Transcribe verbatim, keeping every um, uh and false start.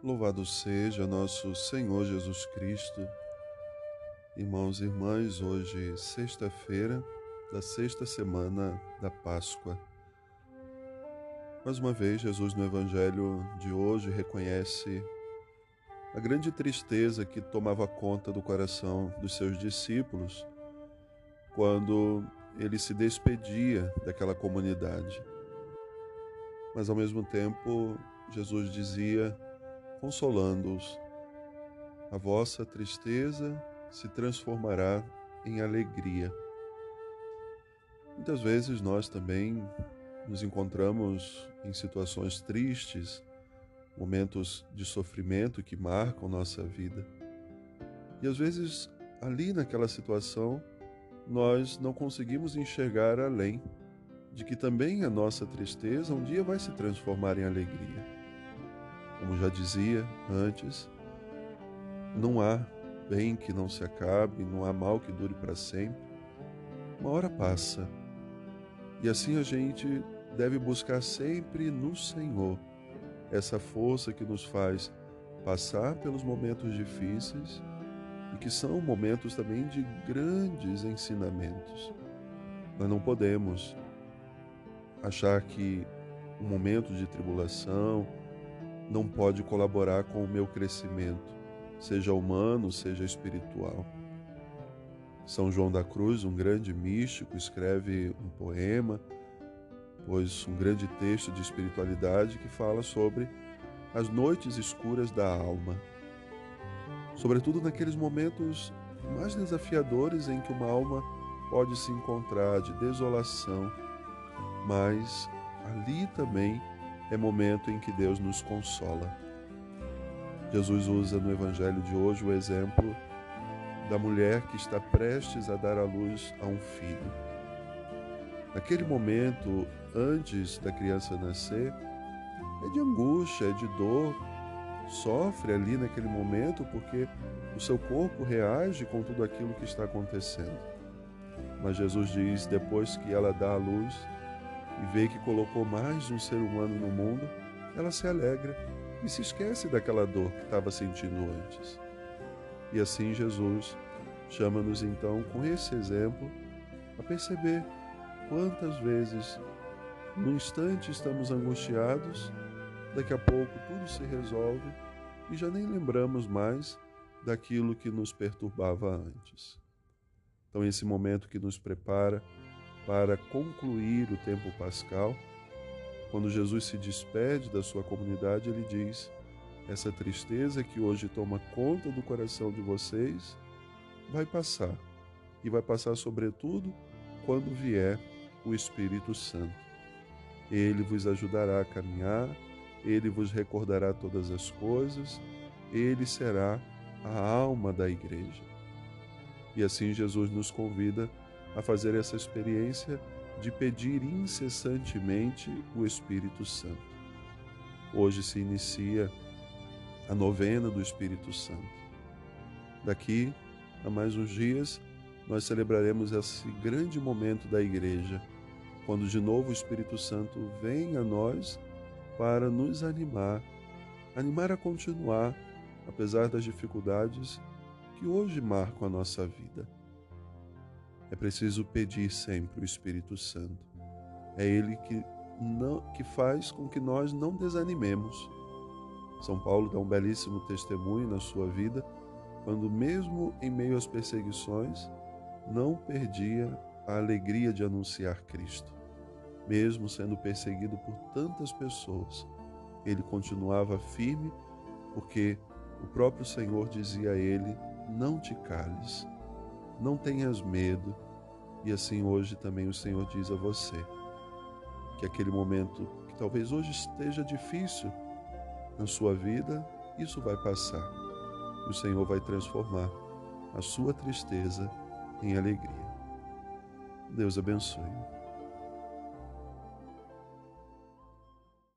Louvado seja nosso Senhor Jesus Cristo. Irmãos e irmãs, hoje, sexta-feira da sexta semana da Páscoa. Mais uma vez, Jesus no Evangelho de hoje reconhece a grande tristeza que tomava conta do coração dos seus discípulos quando ele se despedia daquela comunidade. Mas, ao mesmo tempo, Jesus dizia, consolando-os: a vossa tristeza se transformará em alegria. Muitas vezes nós também nos encontramos em situações tristes, momentos de sofrimento que marcam nossa vida. E às vezes, ali naquela situação, nós não conseguimos enxergar além de que também a nossa tristeza um dia vai se transformar em alegria. Como já dizia antes, não há bem que não se acabe, não há mal que dure para sempre. Uma hora passa. E assim a gente deve buscar sempre no Senhor essa força que nos faz passar pelos momentos difíceis e que são momentos também de grandes ensinamentos. Nós não podemos achar que um momento de tribulação não pode colaborar com o meu crescimento, seja humano, seja espiritual. São João da Cruz, um grande místico, escreve um poema, pois um grande texto de espiritualidade que fala sobre as noites escuras da alma. Sobretudo naqueles momentos mais desafiadores em que uma alma pode se encontrar de desolação, mas ali também é momento em que Deus nos consola. Jesus usa no Evangelho de hoje o exemplo da mulher que está prestes a dar à luz a um filho. Naquele momento, antes da criança nascer, é de angústia, é de dor, sofre ali naquele momento porque o seu corpo reage com tudo aquilo que está acontecendo. Mas Jesus diz, depois que ela dá à luz e vê que colocou mais um ser humano no mundo, ela se alegra e se esquece daquela dor que estava sentindo antes. E assim Jesus chama-nos então, com esse exemplo, a perceber quantas vezes, no instante, estamos angustiados, daqui a pouco tudo se resolve e já nem lembramos mais daquilo que nos perturbava antes. Então, esse momento que nos prepara para concluir o tempo pascal, quando Jesus se despede da sua comunidade, ele diz: essa tristeza que hoje toma conta do coração de vocês vai passar, e vai passar sobretudo quando vier o Espírito Santo. Ele vos ajudará a caminhar, ele vos recordará todas as coisas, ele será a alma da igreja. E assim Jesus nos convida a fazer essa experiência de pedir incessantemente o Espírito Santo. Hoje se inicia a novena do Espírito Santo. Daqui a mais uns dias, nós celebraremos esse grande momento da igreja, quando de novo o Espírito Santo vem a nós para nos animar, animar a continuar, apesar das dificuldades que hoje marcam a nossa vida. É preciso pedir sempre o Espírito Santo. É Ele que, não, que faz com que nós não desanimemos. São Paulo dá um belíssimo testemunho na sua vida, quando mesmo em meio às perseguições, não perdia a alegria de anunciar Cristo. Mesmo sendo perseguido por tantas pessoas, ele continuava firme, porque o próprio Senhor dizia a ele: não te cales, não tenhas medo. E assim hoje também o Senhor diz a você, que aquele momento que talvez hoje esteja difícil na sua vida, isso vai passar. E o Senhor vai transformar a sua tristeza em alegria. Deus abençoe.